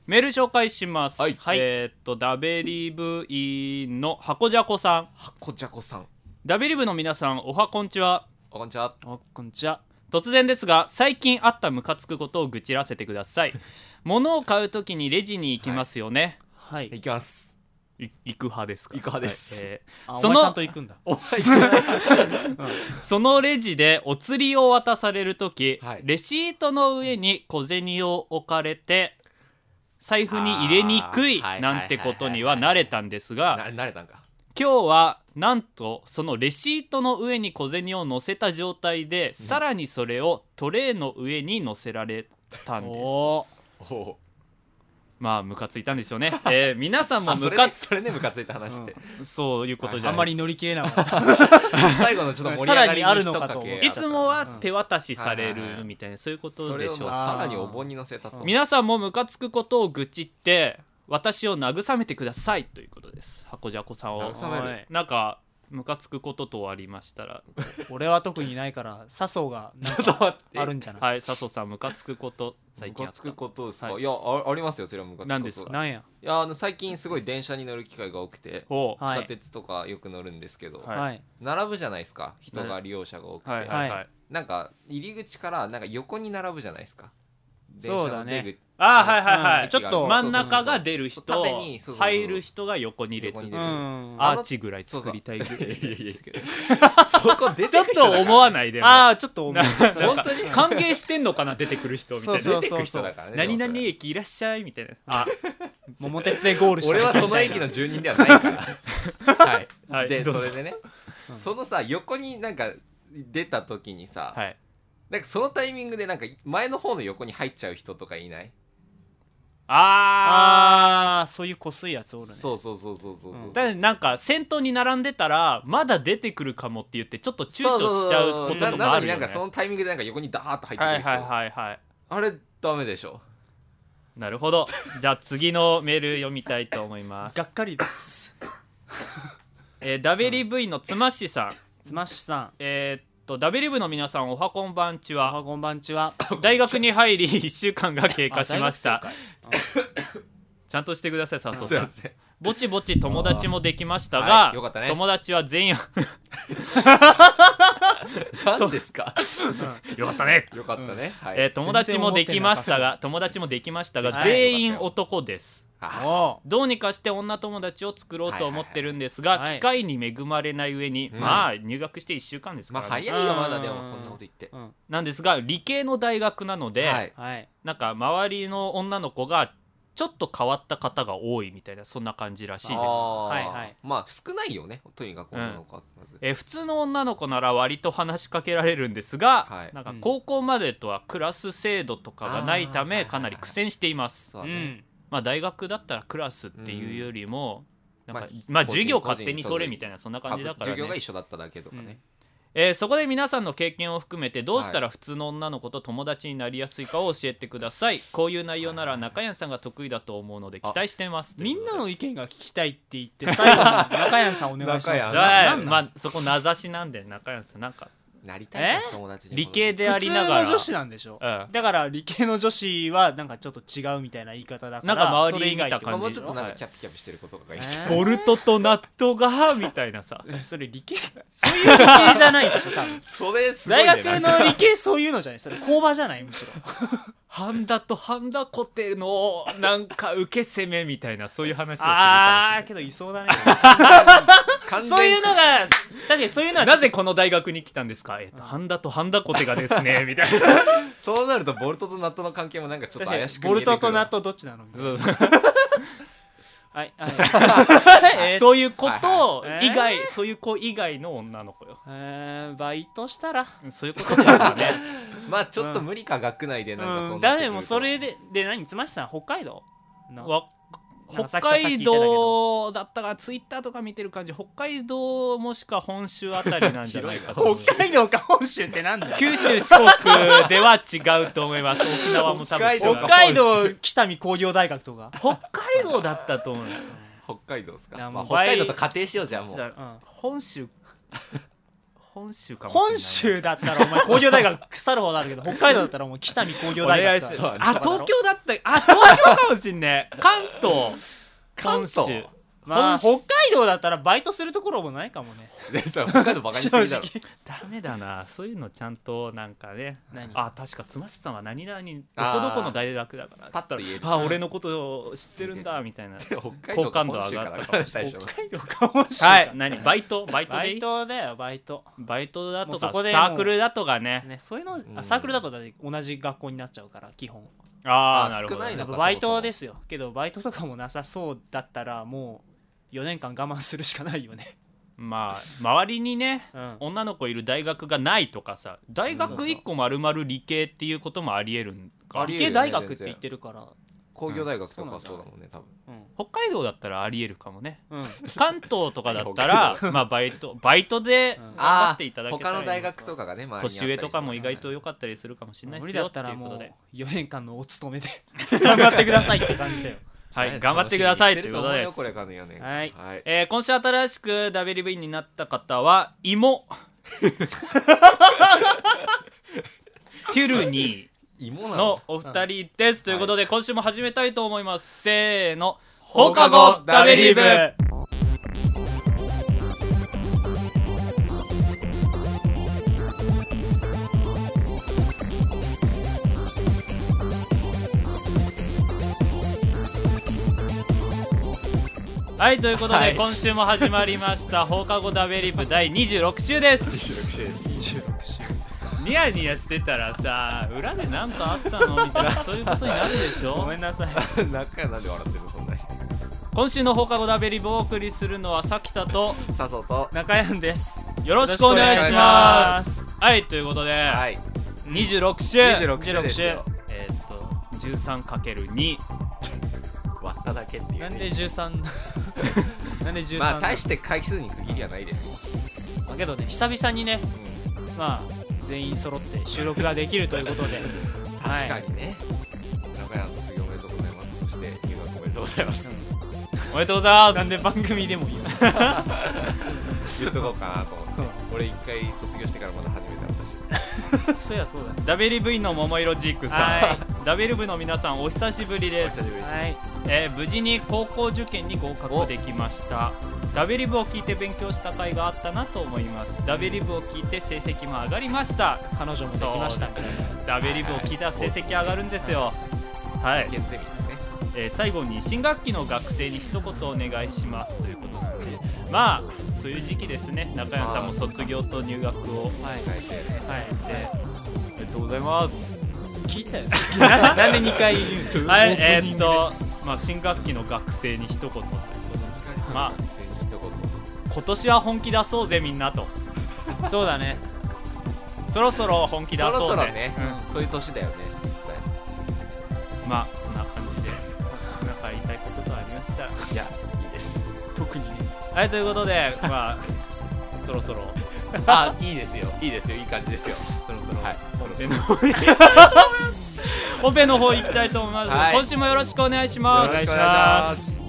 メール紹介します、 はいダベリブイの箱じゃこさん。 箱じゃこさん、 ダベリブの皆さん、おはこんちは。 こんにちは。 こんにちは。 突然ですが、最近あったムカつくことを愚痴らせてください。物を買うときにレジに行きますよね。 はい。 行きます。 行く派ですか？ 行く派です。 そのお前ちゃんと行くんだ。 お前行くそのレジでお釣りを渡されるとき、 はいレシートの上に小銭を置かれて財布に入れにくいなんてことには慣れたんですが、 慣れたんか。 今日はなんとそのレシートの上に小銭を乗せた状態で、さらにそれをトレーの上に乗せられたんです。 おおまあムカついたんでしょうね。皆さんもあ、 ムカそれねムカついた話って、 そういうことじゃあんないです。 まり乗り切れなかった。 最後のちょっと盛り上がりにさらにあるのかと思ったいつもは手渡しされるみたいな、そういうことそれをでしょう。 さらにお盆に乗せたと。 皆さんもムカつくことを愚痴って私を慰めてくださいということです。箱じゃこさんを慰めるおいなんかムカつくこととありましたら、 俺は特にないから笹生がなんちょっとか待って。 あるんじゃない？ はい、笹生さんムカつくこと最近あった。 ムカつくことですか、 はいいや、ありますよ。それはムカつくこと。 何ですか？ なんや。 いや、最近すごい電車に乗る機会が多くて、 ほう、 はい地下鉄とかよく乗るんですけど、 はいはい。 並ぶじゃないですか、人が利用者が多くて、 はいはいはい、 はいなんか入り口からなんか横に並ぶじゃないですか。 そうだね電車の出口あーはいはいはい、 うんちょっと真ん中が出る人、 縦にそうそうそう入る人が横に列、 横に出るうん。 アーチぐらい作りたいぐらいいやいやいやそこ出ちょっと思わないでもああ、ちょっと思う。 なんか本当に歓迎してんのかな出てくる人みたいな。 そう出てく人だからね。 何々 でもそれ駅いらっしゃいみたいな。あ、 桃鉄でゴールした俺はその駅の住人ではないからはい、ではいどうぞそれでね、そのさ横になんか出た時にさ、 はい。 なんかそのタイミングでなんか前の方の横に入っちゃう人とかいない？ あああ、そういうこすいやつおるね。 そうそうそうそうそう、 うんだからなんか先頭に並んでたらまだ出てくるかもって言ってちょっと躊躇しちゃうこととかあるよね。 なのになんかそのタイミングでなんか横にダーッと入ってくる人、 はいはいはいはい。 あれダメでしょ。 なるほど。じゃあ次のメール読みたいと思いますが。っかりです。 ダベリ V のつましさん。 つましさん。 ダベリブの皆さん、おはこんばんちは。 こんばんちは。 大学に入り1週間が経過しましたあ。大学生かちゃんとしてください、笹生さん。 すいません。 ぼちぼち友達もできましたはが、 いよかったね友達は全員何ですか？ よかったね。 よかったね。はい。 友達もできましたが、 はい全員男です。 あおどうにかして女友達を作ろうと思ってるんですが、 はいはいはい機会に恵まれない上に、 うんまあ入学して1週間ですかまあら、ね早いよまだでもそんなこと言って。 うん。 なんですが理系の大学なので、 はい。 はい。 なんか周りの女の子がちょっと変わった方が多いみたいな、そんな感じらしいです。 はいはいまあ少ないよね。とにかく女の子はまず。 普通の女の子なら割と話しかけられるんですが、 はいなんか高校までとはクラス制度とかがないたあーはいはいはいめかなり苦戦しています。 そうだね。 うん。 まあ大学だったらクラスっていうよりも、なんかまあまあ授業個人勝手に取れみたいなそんな感じだから授業がね。 一緒だっただけとかね。 そこで皆さんの経験を含めてどうしたら普通の女の子と友達になりやすいかを教えてください。こういう内容なら中谷さんが得意だと思うので期待してます。 みんなの意見が聞きたいって言って最後に中谷さんお願いします。 中谷はいなんだまあそこ名指しなんで中谷さんなんかなりたいじゃん友達に。 理系であ普通りながらの女子なんでしょ、 うんだから理系の女子はなんかちょっと違うみたいな言い方だからなんか周りそれ以外って見た感じまあもうちょっとなんかキャピキャピしてることがいいし。 ボルトとナットがみたいなさそれ理系そういう理系じゃないでしょ多分それすごいね。 大学の理系そういうのじゃないそれ工場じゃないむしろハンダとハンダコテのなんか受け攻めみたいなそういう話をするかあーけどいそうだね完全そういうのが確かにそういうのはもしれない。なぜこの大学に来たんですか？ハンダとハンダコテがですねみたいなそうなるとボルトとナットの関係もなんかちょっと確かに怪しくボル見えてくる。 トとナットどっちなのそうはいはいそういうことはい以外、そういう子以外の女の子よ。 バイトしたらそういうことですよね。 まあちょっと無理か学内でなんかそんなってくると。 だねもうそれで何つましさん北海道のわなんか北海道だったからツイッターとか見てる感じ、北海道もしくは本州あたりなんじゃないかと思う。 北海道か本州ってなんだよ九州四国では違うと思います。沖縄も多分違う。 北海道北見工業大学とか北海道だったと思う。 北海道ですか。 いやもうまあ北海道と仮定しようじゃあもう。 うん本州本州かもしれない。 本州だったらお前工業大学腐るほどあるけど、北海道だったらもう北見工業大お願い学しかます。東京だった。東京かもしんねえ。関東。 関東本州。 まあ本州北海道だったらバイトするところもないかもね。 でさ北海道バカにしすぎだろ正直ダメだな、そういうのちゃんとなんかね。 何確か妻師さんは何々どこどこの大学だからパッと言える俺のことを知ってるんだみたいな。 北海好道か感度上本州かがったからら。 最初の北海道かもしれはないい。 何バイトでバいいイトだよバイト。 バイトだとかもうそこでサークルだとかね。 ね、そういうの、 んサークルだとだって同じ学校になっちゃうから基本。 なるほどね。 少ないのかバイトですよ。けどバイトとかもなさそうだったらもう4年間我慢するしかないよね。 まあ周りにね、 うん女の子いる大学がないとかさ、大学1個丸々理系っていうこともありえるんか。 理系ありえるよね大学って言ってるから。 工業大学とかそうだもんね多分北海道だったらありえるかもね。 うん。うん。 関東とかだったらまあバイトでうん頑張っていただけたら他の大学とかがね周りにあったり年上とかも意外と良かったりするかもしれないですよって無理だったらもういうことで、 4年間のお勤めで頑張ってくださいって感じだよ。 はい頑張ってくださいということです。 これからの4年はい今週新しく WB になった方は芋テュルニ芋なーのお二人です、ということで今週も始めたいと思います。せーの、 放課後ダベリブ。はいということで、 はい今週も始まりました放課後ダベリブ第26週です。 26週です 26週。 ニヤニヤしてたらさ、裏で何かあったのみたいなそういうことになるでしょ。 ごめんなさい。 中やなんで笑ってるのそんなに今週の放課後ダベリブをお送りするのはさきたとさそうと中山です。 よろしくお願いします。はいということで、 はい 26週 26週ですよ 13×2 割っただけっていうねなんで13なんで13 まあ大して回数に区切りはないですよだけどね、久々にね、まあ全員揃って収録ができるということで確かにね中山卒業おめでとうございますそして入学おめでとうございますおめでとうございます。 なんで番組でもいいの言っとこうかなと思って俺一回卒業してからまだ初めて会ったしそうやそうだ。 ダベリ V の桃色ジークさん、 はダベリブの皆さんお久しぶりです。 お久しぶりですはい。 無事に高校受験に合格できました。ダベリブを聞いて勉強した甲斐があったなと思います。ダベリブを聞いて成績も上がりました。 彼女もできましたみたいな。 ダベリブを聞いたら成績上がるんですよ。はい、 健ゼミですね最後に新学期の学生に一言お願いしますということなので、まあそういう時期ですね。中山さんも卒業と入学をはい。 変えてはいおめでとうございます。 聞いたよ。なんで2回言うの？ はいオープニングでまあ新学期の学生に一言ということで、まあ学生に一言今年は本気出そうぜみんなと、 そうだね。 そろそろ本気出そうぜ。 そろそろねうそういう年だよね実際んまあそんな感じでなんか言いたいこととありました。 いやいいです特にね。 はいということでまあそろそろあいいですよいいですよいい感じですよそろそろはいそろそろ本編の方に本編の方行きたいと思います、 はい今週もよろしくお願いします。 よろしくお願いします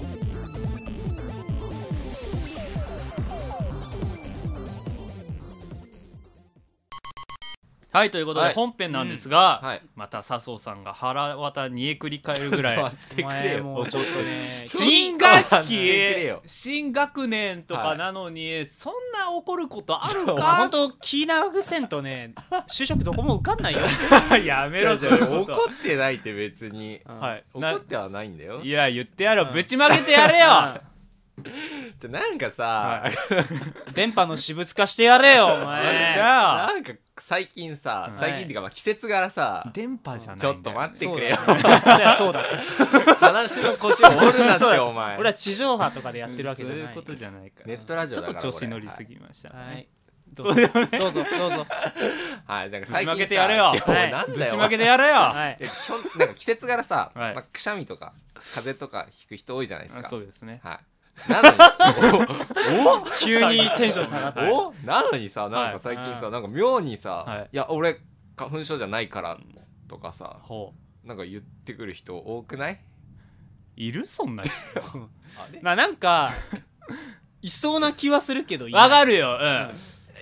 はいということで、 はい本編なんですが、 はいまた笹生さんが腹渡煮えくり返るぐらい待っておくれよ前もうちょっとね。 新学ちょっと待ってくれ期よ新学年とかなのに、そんな怒ることあるお前かほんと気長せんとね、就職どこも受かんないよ。 やめろじゃあそういうこと怒ってないって別にはい怒ってはないんだよいや言ってやろう、 うんぶちまけてやれよじゃなんかさ電波の私物化してやれよ、おじ前。 ゃあなんか最近さい最近っていうかまあ季節柄さ電波じゃないんちょだよっと待ってそうくれよだね。そうやそうだ。 話の腰を折るなってそうだお前俺は地上波とかでやってるわけじゃない。 そういうことじゃないからネットラジオちょっだからと調子乗りすぎました、 はい。 そどうぞれをねどうぞどうぞ。 はいなんかぶちま最近けてやれよいやはいなんだよぶちまけてやれよ、 はい。 いや基本なんか季節柄さ、 はいまあ、くしゃみとか風邪とかひく人多いじゃないですあかそうですねはいなのに急にテンション下がった。 はいおなのにさなんか最近さ、 はいなんか妙にさ、 はいいや俺花粉症じゃないからとかさほなんか言ってくる人多くない？ ういるそんな人あれまあなんかいそうな気はするけどいない。 わかるよ、うん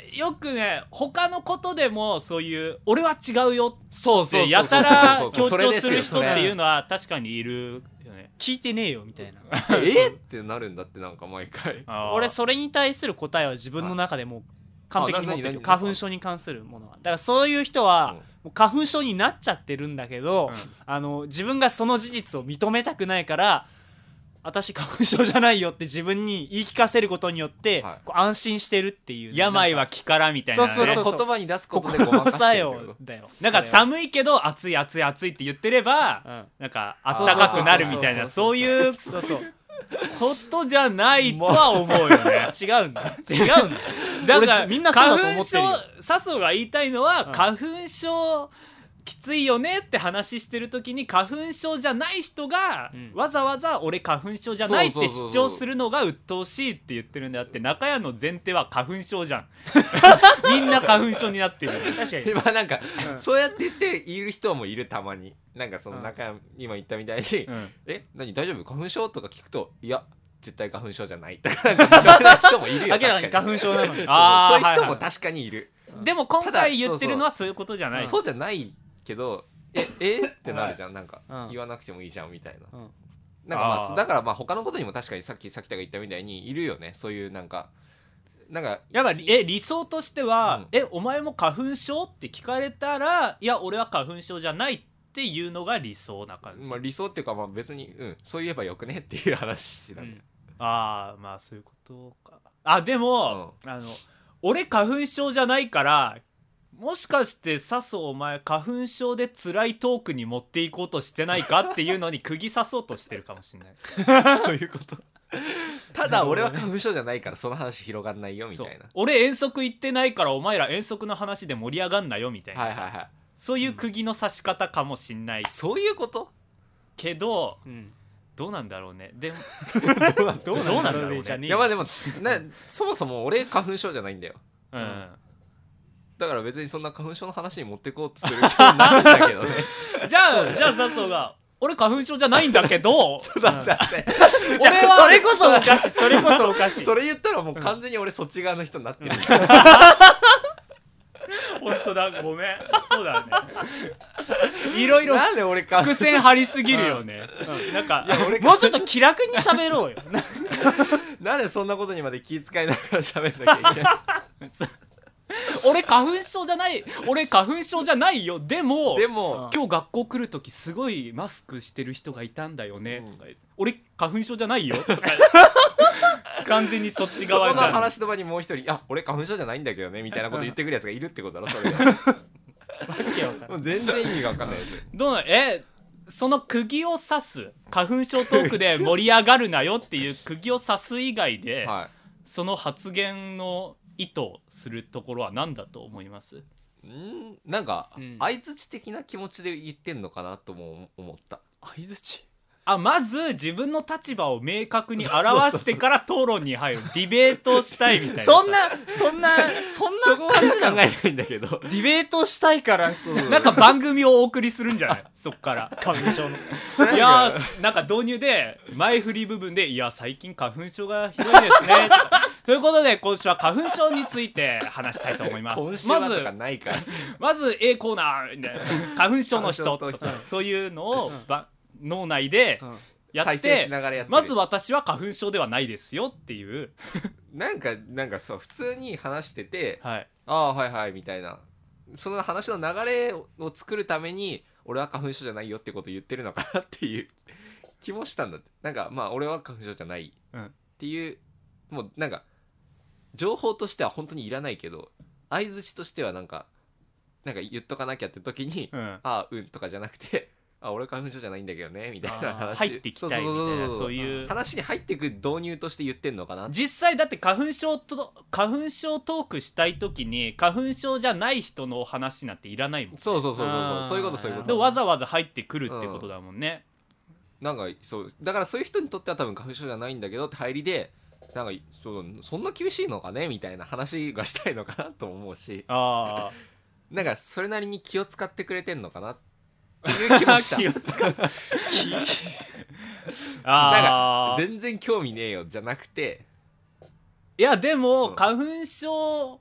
よくね他のことでもそういう俺は違うよそうってやたら強調する人っていうのは確かにいるよね。 聞いてねえよみたいなってなるんだってなんか毎回俺それに対する答えは自分の中でもう完璧に持ってるよ。花粉症に関するものはだからそういう人はもう花粉症になっちゃってるんだけど、自分がその事実を認めたくないから私花粉症じゃないよって自分に言い聞かせることによって、こう安心してるっていう病は気からみたいな、ね、 そう言葉に出すことでごまかしてるけどだよ。 なんか寒いけど暑い暑い暑いって言ってれば、なんかあったかくなるみたいなそういうことじゃないとは思うよね。 違うんだだからみんなそうだと思ってるよ。 笹生が言いたいのは、花粉症きついよねって話してる時に花粉症じゃない人が、わざわざ俺花粉症じゃないって主張するのが鬱陶しいって言ってるんであって、中谷の前提は花粉症じゃんみんな花粉症になってる。 確かに今なんか、そうやって言って言う人もいるたまに。なんかその中谷今言ったみたいに、何大丈夫花粉症とか聞くといや絶対花粉症じゃないとか認めない人もいるよ。 明らかに花粉症なのにそういう人も確かにいる。 でも今回言ってるのはそういうことじゃない。 そうじゃないけどってなるじゃん。なんか言わなくてもいいじゃんみたいな。なんかまあだからまあ他のことにも確かにさっき崎田が言ったみたいにいるよね。そういうなんかやっぱ理想としては、お前も花粉症って聞かれたらいや俺は花粉症じゃないっていうのが理想な感じ。 まあ理想っていうかまあ別にそう言えばよくねっていう話だね。 ああまあそういうことか。あでも、俺花粉症じゃないからもしかして笹生お前花粉症で辛いトークに持っていこうとしてないかっていうのに釘刺そうとしてるかもしれないそういうことただ俺は花粉症じゃないからその話広がんないよみたいな。 俺遠足行ってないからお前ら遠足の話で盛り上がんなよみたいな、そういう釘の刺し方かもしんない、 そういうことけど、どうなんだろうね。でもどうなんだろうね。 いやまあでもそもそも俺花粉症じゃないんだよ。だから別にそんな花粉症の話に持ってこうとする気になるんだけどねじゃあ笹生が俺花粉症じゃないんだけどちょっと待ってじゃあそれこそおかしいそれこそおかしいそれ言ったらもう完全に俺そっち側の人になってるじゃん本当だごめんそうだねいろいろなんで俺伏線張りすぎるよね、なんかもうちょっと気楽に喋ろうよなんでそんなことにまで気遣いながら喋んなきゃいけない俺花粉症じゃないよ。でも今日学校来る時すごいマスクしてる人がいたんだよね、俺花粉症じゃないよとか完全にそっち側そこの話の場にもう一人俺花粉症じゃないんだけどねみたいなこと言ってくるやつがいるってことだろそれがもう全然意味が分かんないですよ。 どうなその釘を刺す花粉症トークで盛り上がるなよっていう釘を刺す以外で、その発言の意図するところは何だと思います？ なんか相づち的な気持ちで言ってんのかなとも思った。 相づちまず自分の立場を明確に表してから討論に入るディベートしたいみたいなそんな感じ考えないんだけどディベートしたいからなんか番組をお送りするんじゃないそっから花粉症のいやなんか導入で前振り部分でいや最近花粉症がひどいですねということで今週は花粉症について話したいと思います。 今週はとかないからまず A コーナーみたいな花粉症の人とかそういうのを脳内でやってまず私は花粉症ではないですよっていうなんかそう普通に話してて、 はいはいみたいなその話の流れを作るために俺は花粉症じゃないよってことを言ってるのかなっていう気もしたんだって。なんかまあ俺は花粉症じゃないっていう、もうなんか情報としては本当にいらないけど相づちとしてはなんか言っとかなきゃって時にとかじゃなくて俺花粉症じゃないんだけどねみたいな話入ってきたいみたいなそういう話に入ってく導入として言ってんのかな。 実際だって花粉症トークしたい時に花粉症じゃない人の話なんていらないもん、ね、 そういうことでわざわざ入ってくるってことだもんね、 なんかそうだからそういう人にとっては多分花粉症じゃないんだけどって入りでなんかそんな厳しいのかねみたいな話がしたいのかなと思うしなんかそれなりに気を使ってくれてんのかなっていう気もした気を使ってなんか全然興味ねえよじゃなくていやでも、花粉症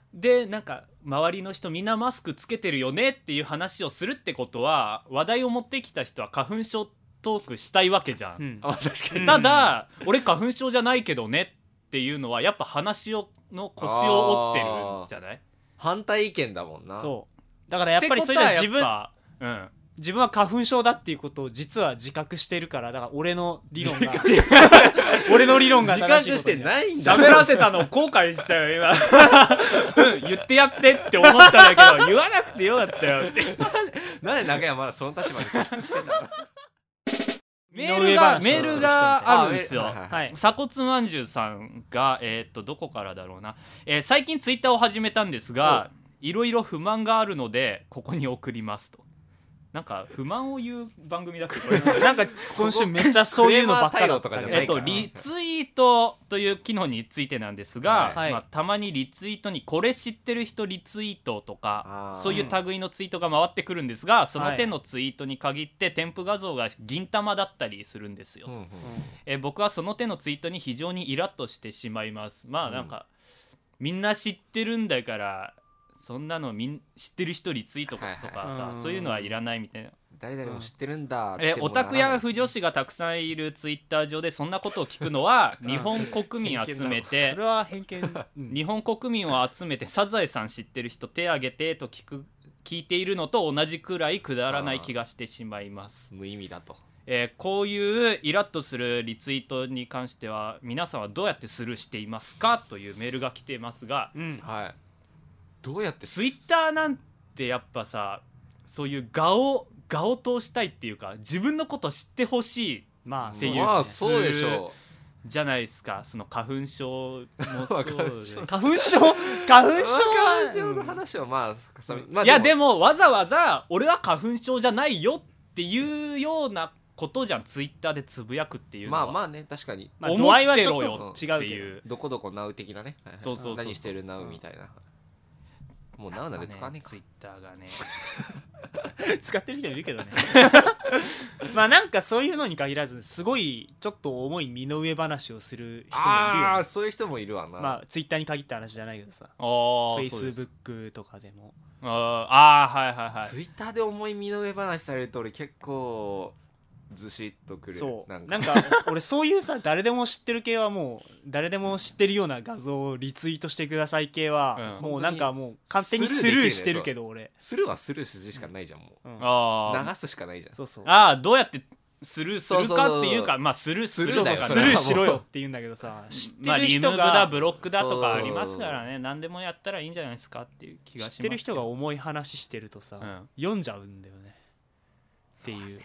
でなんか周りの人みんなマスクつけてるよねっていう話をするってことは話題を持ってきた人は花粉症トークしたいわけじゃん、 あ確かにただ俺花粉症じゃないけどねっていうのはやっぱ話の腰を折ってるんじゃない？ 反対意見だもんな。 そうだからやっぱりそれでは自分うん自分は花粉症だっていうことを実は自覚してるから、だから俺の理論が俺の理論が正しいことになる。 自覚してないんだ。 喋らせたの後悔したよ今うん言ってやってって思ったんだけど言わなくてよかったよってなんで中山まだその立場に固執してんだメールがあるんですよ。 はい、 鎖骨まんじゅうさんがどこからだろうな、最近ツイッターを始めたんですがいろいろ不満があるのでここに送りますと。なんか不満を言う番組だっけこれなんか今週めっちゃそういうのばっかりとかじゃないからリツイートという機能についてなんですが、 はいたまにリツイートにこれ知ってる人リツイートとかそういう類のツイートが回ってくるんですが、その手のツイートに限って添付画像が銀玉だったりするんですよ、僕はその手のツイートに非常にイラッとしてしまいます。まあなんか、みんな知ってるんだからそんなの知ってる人リツイートとかさ、そういうのはいらないみたいな。 誰々も知ってるんだってオタクや腐女子がたくさんいるツイッター上でそんなことを聞くのは日本国民集めてそれは偏見、 日本国民を集めてサザエさん知ってる人手挙げてと聞いているのと同じくらいくだらない気がしてしまいます。 無意味だと。 こういうイラッとするリツイートに関しては皆さんはどうやってスルーしていますかというメールが来ていますが、 はい、どうやってツイッターなんてやっぱさそういう画を通したいっていうか自分のこと知ってほしいっていう、 まあそうでしょうじゃないですか。その花粉症もそうで花粉症の話はまあいやでもわざわざ俺は花粉症じゃないよっていうようなことじゃんツイッターでつぶやくっていうのは。 まあね確かに、 度合いはちょっと違うっていうどこどこナウ的なね、 そう何してるナウみたいな、もうナウなんで使わねえかツイッターがね使ってる人いるけどねまあなんかそういうのに限らずすごいちょっと重い身の上話をする人もいるよ、ね、 そういう人もいるわな。 まあツイッターに限った話じゃないけどさ、フェイスブックとかでもはいはいはい。 ツイッターで重い身の上話されると俺結構ずしっとくる。 そうなんか俺そういうさ誰でも知ってる系はもう誰でも知ってるような画像をリツイートしてください系は、もうなんかもう勝手にスルーしてるけど俺スルーはスルーするしかないじゃん、もう、流すしかないじゃん。 そうそうどうやってスルーするかっていうかまあスルーするだからスルーしろよって言うんだけどさ知ってる人が、 リムーブだブロックだとかありますからね。何でもやったらいいんじゃないですかっていう気がします。 知ってる人が重い話してるとさ、読んじゃうんだよねっていう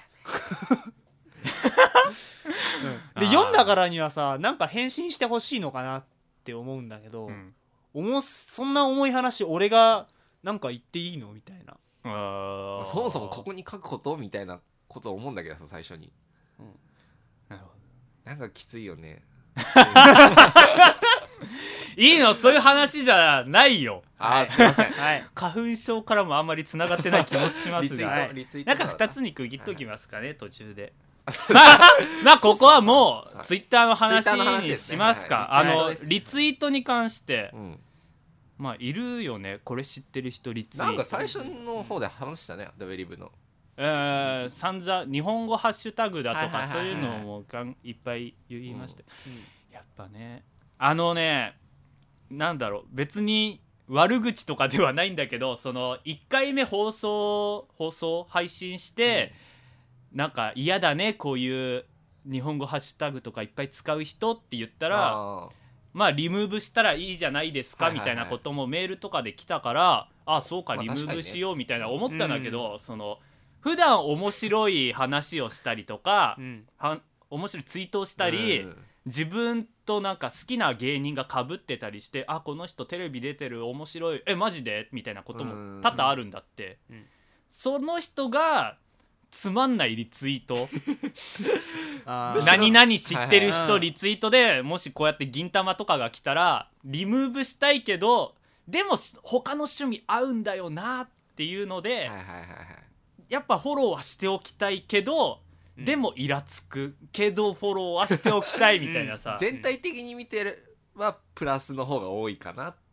で読んだからにはさなんか返信してほしいのかなって思うんだけど、そんな重い話俺がなんか言っていいのみたいな、 そもそもここに書くことみたいなことを思うんだけどさ最初に、 なるほどなんかきついよねいいのそういう話じゃないよ。 すいません、 花粉症からもあんまりつながってない気もしますがなんか2つに区切っときますかね、途中でまあここはもうツイッターの話にしますか。リツイートに関して、まあいるよねこれ知ってる人リツイート。 なんか最初の方で話したね、ダベリブの散々日本語ハッシュタグだとかそういうのもいっぱい言いました、やっぱねなんだろう別に悪口とかではないんだけどその1回目放送配信して、なんか嫌だねこういう日本語ハッシュタグとかいっぱい使う人って言ったらまあリムーブしたらいいじゃないですかみたいなこともメールとかで来たからそうかリムーブしようみたいな思ったんだけど、その普段面白い話をしたりとか、面白いツイートをしたり、自分となんか好きな芸人が被ってたりしてこの人テレビ出てる面白いマジでみたいなことも多々あるんだって、その人がつまんないリツイート何々知ってる人リツイートでもしこうやって銀玉とかが来たらリムーブしたいけどでも他の趣味合うんだよなっていうので、やっぱフォローはしておきたいけど、でもイラつくけどフォローはしておきたいみたいなさ全体的に見てればプラスの方が多いかなっ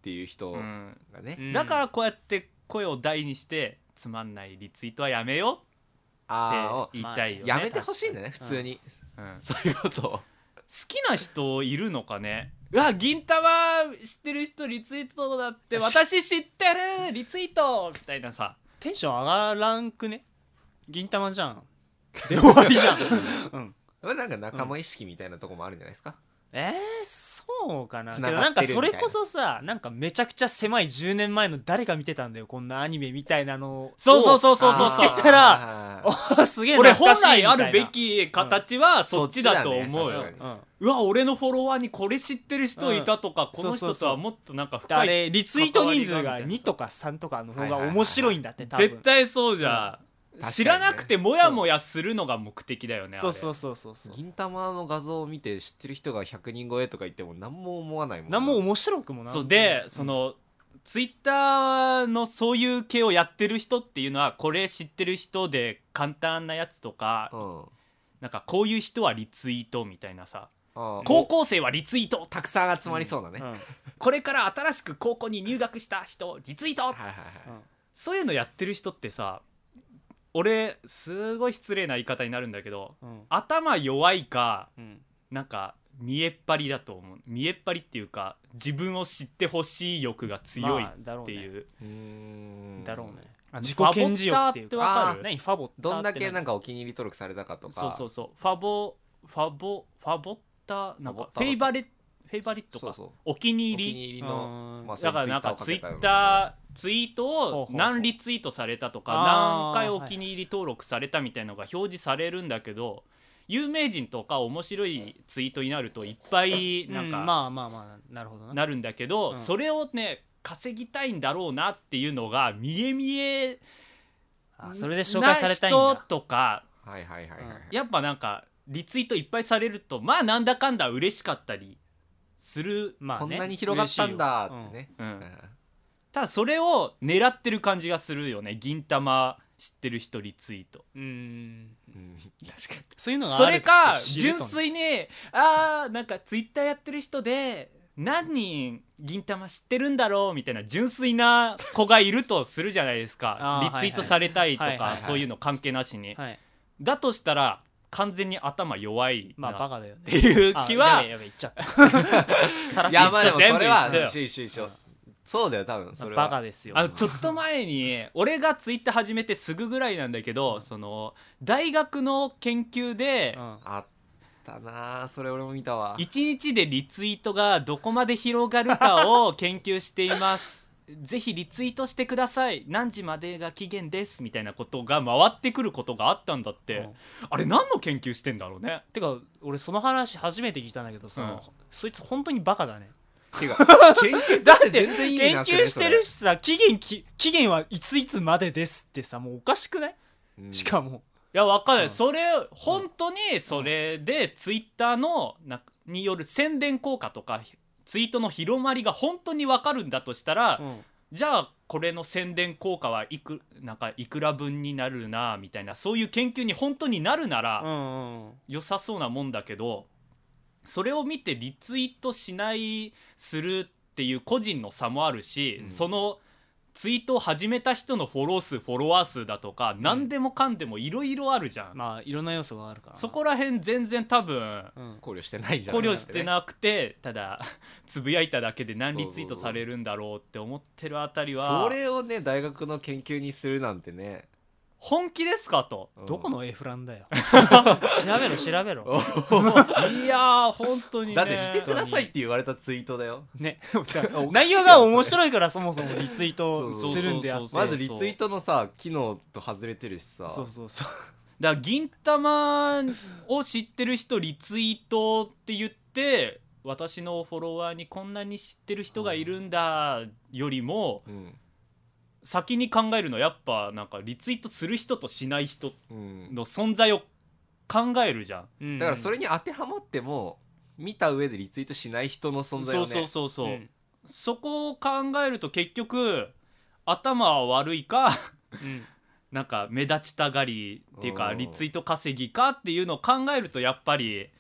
っていう人がね、 だからこうやって声を大にしてつまんないリツイートはやめよって言いたいよね。 やめてほしいんだね普通に、そういうことを好きな人いるのかね。うわ銀玉知ってる人リツイートだって私知ってるリツイートみたいなさ、 テンション上がらんくね。銀玉じゃんで終わりじゃんなんか仲間意識みたいなとこもあるんじゃないですか。 そうかな。けどなんかそれこそさ、なんかめちゃくちゃ狭い10年前の誰が見てたんだよこんなアニメみたいなのをそう見つけたらすげえ俺懐かしいみたいな。 本来あるべき形はそっちだと思うよ、うわ俺のフォロワーにこれ知ってる人いたとか、この人とはもっとなんか深いあれリツイート人数が2とか3とかの方が面白いんだって多分絶対そうじゃ、知らなくてモヤモヤするのが目的だよね。 そう銀玉の画像を見て知ってる人が100人超えとか言っても何も思わないもん。 何も面白くもな。 そうで、そのツイッターのそういう系をやってる人っていうのはこれ知ってる人で簡単なやつとか、なんかこういう人はリツイートみたいなさ、高校生はリツイートたくさん集まりそうだね、 これから新しく高校に入学した人リツイート、そういうのやってる人ってさ、俺すごい失礼な言い方になるんだけど、頭弱いか、なんか見えっ張りだと思う。見えっ張りっていうか自分を知ってほしい欲が強いっていう、 だろうね。自己顕示欲っていうか。 わかる？ 何ファボッターってどんだけなんかお気に入り登録されたかとか。 そうファボッターなんかフェイバリットか、お気に入りの、 だからなんかツイッターツイートを何リツイートされたとか何回お気に入り登録されたみたいなのが表示されるんだけど、有名人とか面白いツイートになるといっぱいなんかなるほどなるんだけど、それをね稼ぎたいんだろうなっていうのが見えそれで紹介されたいんだ人とか、やっぱなんかリツイートいっぱいされるとまあなんだかんだ嬉しかったりする、 こんなに広がったんだってね、 ただそれを狙ってる感じがするよね。銀玉知ってる人リツイート、 確かにそういうのがある。 それか純粋になんかツイッターやってる人で何人銀玉知ってるんだろうみたいな純粋な子がいるとするじゃないですかリツイートされたいとかそういうの関係なしに、だとしたら完全に頭弱いなバカだよねっていう気はやべ言っちゃったさらっと全部一緒そうだよ多分それはバカですよ。 ちょっと前に俺がツイッター始めてすぐぐらいなんだけど、その大学の研究で、 あったなそれ俺も見たわ。 1日でリツイートがどこまで広がるかを研究していますぜひリツイートしてください何時までが期限ですみたいなことが回ってくることがあったんだって、あれ何の研究してんだろうね。 てか俺その話初めて聞いたんだけどさ、そいつ本当にバカだね。 てか研究だって全然意味なくね。 研究してるしさ期限はいつまでですってさもうおかしくない？しかもいやわかんない、それ本当にそれでツイッターのによる宣伝効果とかツイートの広まりが本当に分かるんだとしたら、じゃあこれの宣伝効果はいくら分になるなみたいなそういう研究に本当になるなら良さそうなもんだけど、それを見てリツイートしないするっていう個人の差もあるし、そのツイートを始めた人のフォロワー数だとか、何でもかんでもいろいろあるじゃん、 いろんな要素があるからそこら辺全然多分、 考慮してないんじゃ考ない慮してなくて、ただつぶやいただけで何リツイートされるんだろうって思ってるあたりはそれをね大学の研究にするなんてね本気ですかと、 どこの A フランだよ調べろいやー本当にねだってしてくださいって言われたツイートだよね内容が面白いからそもそもリツイートするんであって、 まずリツイートのさ機能と外れてるしさ、 そうだから銀玉を知ってる人リツイートって言って私のフォロワーにこんなに知ってる人がいるんだよりも、先に考えるのはやっぱなんかリツイートする人としない人の存在を考えるじゃん、 だからそれに当てはまっても見た上でリツイートしない人の存在をねそう、そこを考えると結局頭は悪いかなんか目立ちたがりっていうかリツイート稼ぎかっていうのを考えるとやっぱり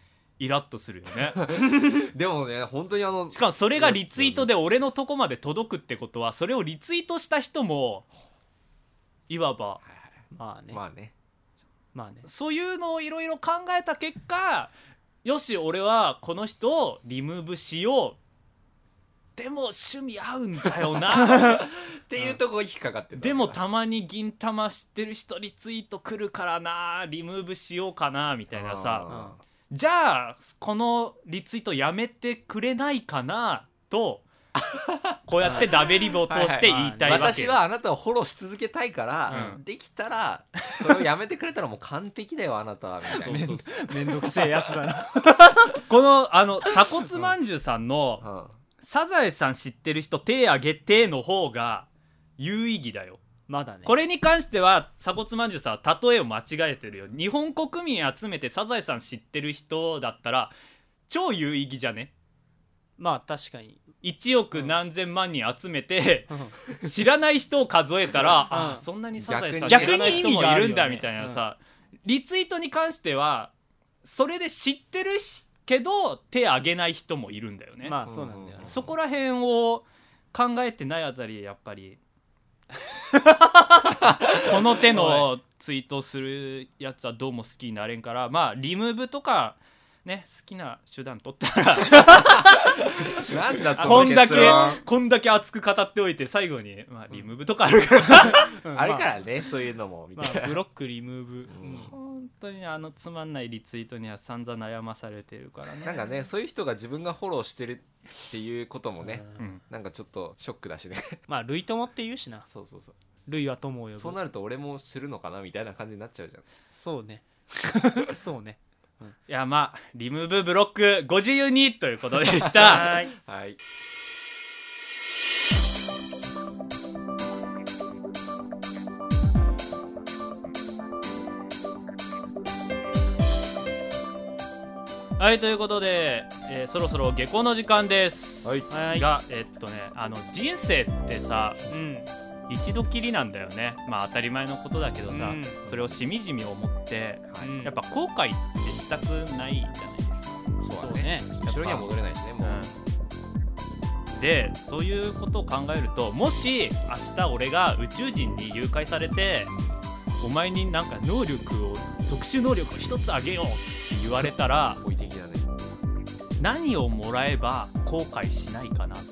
イラッとするよねでもね本当にしかもそれがリツイートで俺のとこまで届くってことはそれをリツイートした人もいわばまあねまあねまあねそういうのをいろいろ考えた結果よし俺はこの人をリムーブしようでも趣味合うんだよなっていうところ引っかかってたでもたまに銀玉知ってる人リツイート来るからなリムーブしようかなみたいなさじゃあこのリツイートやめてくれないかなとこうやってダベリブを通して言いたいわけ私はあなたをフォローし続けたいから、できたらそれをやめてくれたらもう完璧だよあなたはみたいなめんどくせえやつだなこの鎖骨まんじゅうさんのサザエさん知ってる人手挙げての方が有意義だよまだねこれに関しては鎖骨まんじゅうさんは例えを間違えてるよ日本国民集めてサザエさん知ってる人だったら超有意義じゃねまあ確かに 1億何千万人集めて、知らない人を数えたら、あそんなにサザエさん知らない人もいるんだみたいなさ、リツイートに関してはそれで知ってるけど手挙げない人もいるんだよね。 まあそうなんだよね。 そこら辺を考えてないあたりやっぱりこの手のツイートするやつはどうも好きになれんから、まあリムーブとかね好きな手段取ったらなんだそこの結論んだけ熱く語っておいて最後に、まあ、リムーブとかあるからあれからね、そういうのもみたいな、 ブロックリムーブ、 本当につまんないリツイートには散々悩まされてるからね。 なんかねそういう人が自分がフォローしてるっていうこともね、 うんなんかちょっとショックだしねまあ類友って言うしな、 そうそうそう、 類は友を呼ぶ。 そうなると俺もするのかなみたいな感じになっちゃうじゃん。 そうねそうね。 いやまあリムーブブロックご自由にということでしたはいはい。 はいということで、そろそろ下校の時間です、 はいが人生ってさうん一度きりなんだよね。まあ当たり前のことだけどさ、 うんそれをしみじみ思ってうんやっぱ後悔ってしたくないじゃないですか。 そうだね。後ろには戻れないしねもう。 でそういうことを考えると、もし明日俺が宇宙人に誘拐されてお前になんか能力を特殊能力を一つあげようって言われたら好意的だね。 何をもらえば後悔しないかなと。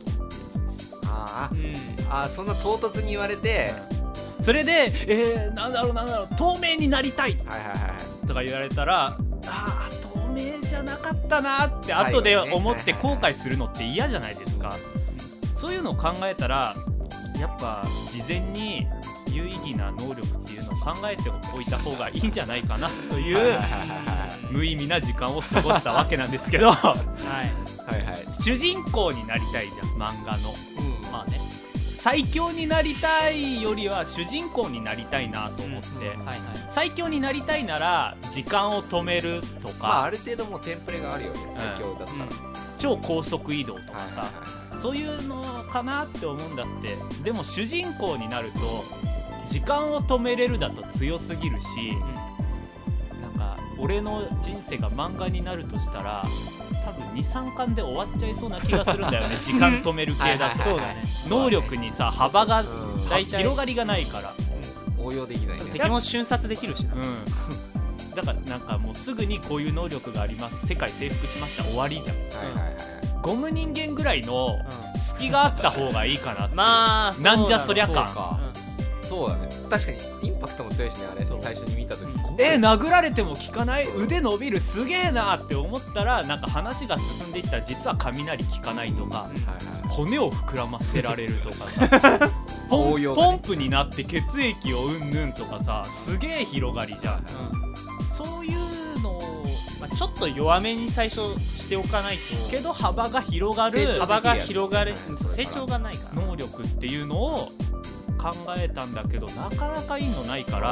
そんな唐突に言われて、 それで、なんだろう透明になりたいはいはいはいとか言われたら、透明じゃなかったなって後で思って後悔するのって嫌じゃないですか。そういうのを考えたらやっぱ事前に有意義な能力っていうのを考えておいた方がいいんじゃないかなという無意味な時間を過ごしたわけなんですけどはいはい。 主人公になりたいじゃん漫画の。 まあね、 最強になりたいよりは主人公になりたいなと思って、 はいはい。 最強になりたいなら時間を止めるとか、 まあある程度もうテンプレがあるよね最強だったら。 超高速移動とかさ、 はいはいはいそういうのかなって思うんだって。でも主人公になると時間を止めれるだと強すぎるし、なんか俺の人生が漫画になるとしたら多分 2,3 巻で終わっちゃいそうな気がするんだよね時間止める系だと。 そうだね。 能力にさ幅が大体広がりがないから応用できないね。 敵も瞬殺できるしな。 だからなんかもうすぐにこういう能力があります、世界征服しました、終わりじゃん。 はいはいはい。 ゴム人間ぐらいの隙があった方がいいかなって。 まあなんじゃそりゃそう感。 か。そうだね。確かにインパクトも強いしねあれ。 そう最初に見た時。 殴られても効かない、腕伸びるすげえなって思ったらなんか話が進んでいったら実は雷効かないとか、骨を膨らませられるとかさポンプになって血液をうんぬんとかさ、すげえ広がりじゃん。そういうのをちょっと弱めに最初しておかないと。 けど幅が広がる幅が広がる成長がないから能力っていうのを考えたんだけどなかなかいいのないから、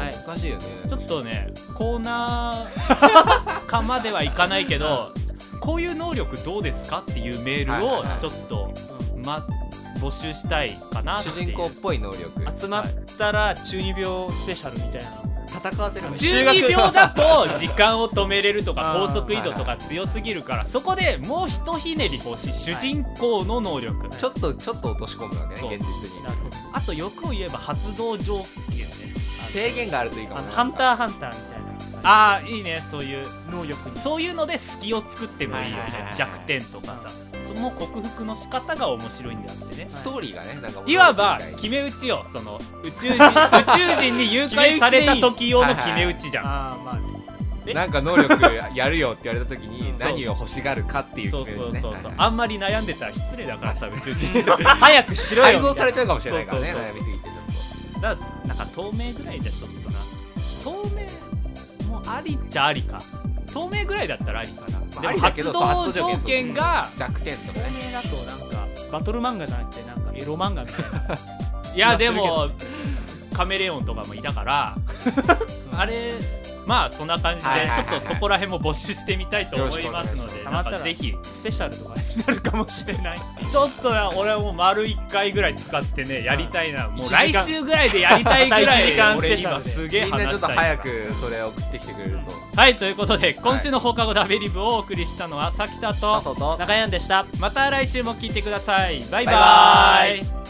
難しいよね。 ちょっとねコーナー化まではいかないけどこういう能力どうですかっていうメールをちょっと募集したいかなっていう。 主人公っぽい能力。 集まったら中二病スペシャルみたいなの戦わせるの 12秒だと時間を止めれるとか高速移動とか強すぎるから、そこでもうひとひねり欲しい主人公の能力、 ちょっと落とし込むわけね現実に。 あと欲を言えば発動条件ね、 制限があるといいかもね。 ハンターハンターみたいな。 ああいいね、そういう能力、 そういうので隙を作ってもいいよね。弱点とかさ、その克服の仕方が面白いんであってね、 ストーリーがね、なんかいわば決め打ちよ。その宇宙人に誘拐された時用の決め打ちじゃん。 ああまあね、 なんか能力やるよって言われた時に何を欲しがるかっていう決め打ちね。 そうあんまり悩んでたら失礼だからさ、宇宙人早くしろよ。 改造されちゃうかもしれないからね、悩みすぎて。 だからなんか透明ぐらいじゃちょっとな、透明もありっちゃありか。透明ぐらいだったらありかな。でも発動条件が弱点とかね。 透明だとなんかバトル漫画じゃなくてなんかエロ漫画みたいな。 いやでもカメレオンとかもいたからあれまあそんな感じでちょっとそこら辺も募集してみたいと思いますので、なんかぜひスペシャルとかになるかもしれない。 ちょっと俺はもう丸1回ぐらい使ってねやりたいな。もう来週ぐらいでやりたいぐらい 1時間ス俺ペシャルで今すげえ話したい。 みんなちょっと早くそれを送ってきてくれると。 はい、ということで今週の放課後ダベリブをお送りしたのはさきたと中山でした。 また来週も聞いてください。バイバイ。